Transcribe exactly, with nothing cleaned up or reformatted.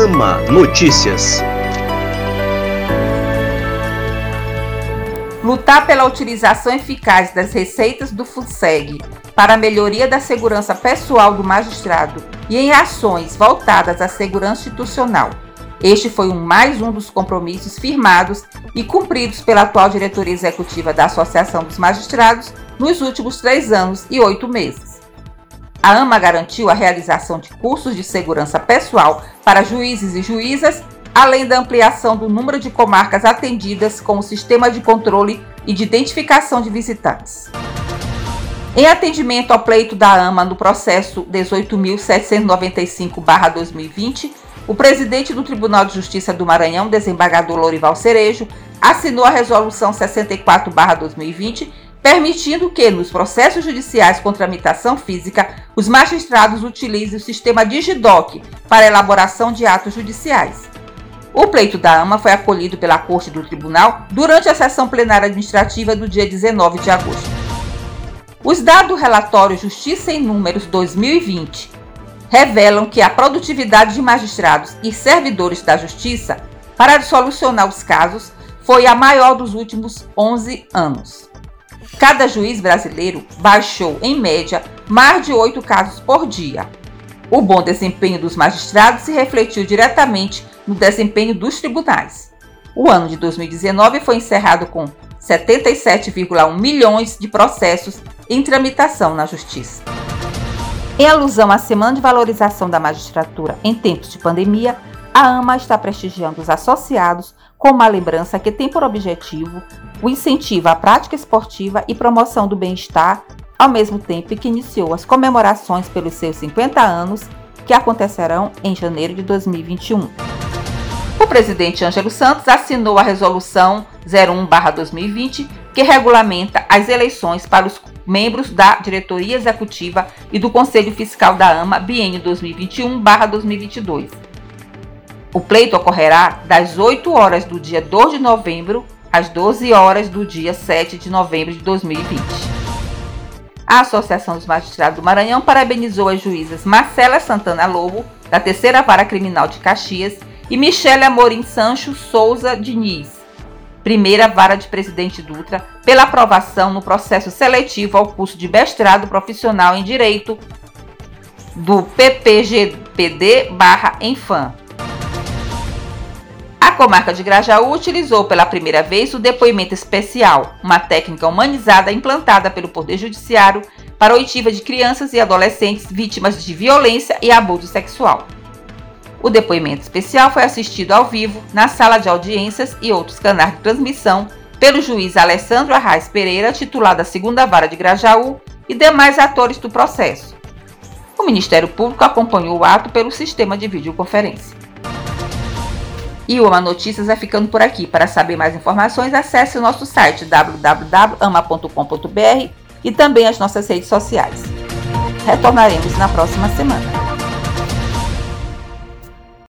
AMA Notícias. Lutar pela utilização eficaz das receitas do FUNSEG para a melhoria da segurança pessoal do magistrado e em ações voltadas à segurança institucional. Este foi um, mais um dos compromissos firmados e cumpridos pela atual diretoria executiva da Associação dos Magistrados nos últimos três anos e oito meses. A AMA garantiu a realização de cursos de segurança pessoal para juízes e juízas, além da ampliação do número de comarcas atendidas com o sistema de controle e de identificação de visitantes. Em atendimento ao pleito da AMA no processo dezoito mil setecentos e noventa e cinco barra dois mil e vinte, o presidente do Tribunal de Justiça do Maranhão, desembargador Lorival Cerejo, assinou a resolução sessenta e quatro barra dois mil e vinte, permitindo que, nos processos judiciais com tramitação física, os magistrados utilizem o sistema Digidoc para a elaboração de atos judiciais. O pleito da AMA foi acolhido pela Corte do Tribunal durante a sessão plenária administrativa do dia dezenove de agosto. Os dados do relatório Justiça em Números dois mil e vinte revelam que a produtividade de magistrados e servidores da Justiça para solucionar os casos foi a maior dos últimos onze anos. Cada juiz brasileiro baixou, em média, mais de oito casos por dia. O bom desempenho dos magistrados se refletiu diretamente no desempenho dos tribunais. O ano de dois mil e dezenove foi encerrado com setenta e sete vírgula um milhões de processos em tramitação na Justiça. Em alusão à Semana de Valorização da Magistratura em tempos de pandemia, a AMA está prestigiando os associados com uma lembrança que tem por objetivo o incentivo à prática esportiva e promoção do bem-estar, ao mesmo tempo que iniciou as comemorações pelos seus cinquenta anos, que acontecerão em janeiro de dois mil e vinte e um. O presidente Ângelo Santos assinou a Resolução zero um barra dois mil e vinte, que regulamenta as eleições para os membros da Diretoria Executiva e do Conselho Fiscal da AMA, biênio dois mil e vinte e um barra dois mil e vinte e dois. O pleito ocorrerá das oito horas do dia dois de novembro às doze horas do dia sete de novembro de dois mil e vinte. A Associação dos Magistrados do Maranhão parabenizou as juízas Marcela Santana Lobo, da Terceira Vara Criminal de Caxias, e Michele Amorim Sancho Souza Diniz, Primeira Vara de Presidente Dutra, pela aprovação no processo seletivo ao curso de mestrado profissional em Direito do P P G P D barra Enfam. A comarca de Grajaú utilizou pela primeira vez o depoimento especial, uma técnica humanizada implantada pelo Poder Judiciário para a oitiva de crianças e adolescentes vítimas de violência e abuso sexual. O depoimento especial foi assistido ao vivo na sala de audiências e outros canais de transmissão pelo juiz Alessandro Arraes Pereira, titular da segunda Vara de Grajaú, e demais atores do processo. O Ministério Público acompanhou o ato pelo sistema de videoconferência. E o AMA Notícias vai ficando por aqui. Para saber mais informações, acesse o nosso site w w w ponto ama ponto com ponto b r e também as nossas redes sociais. Retornaremos na próxima semana.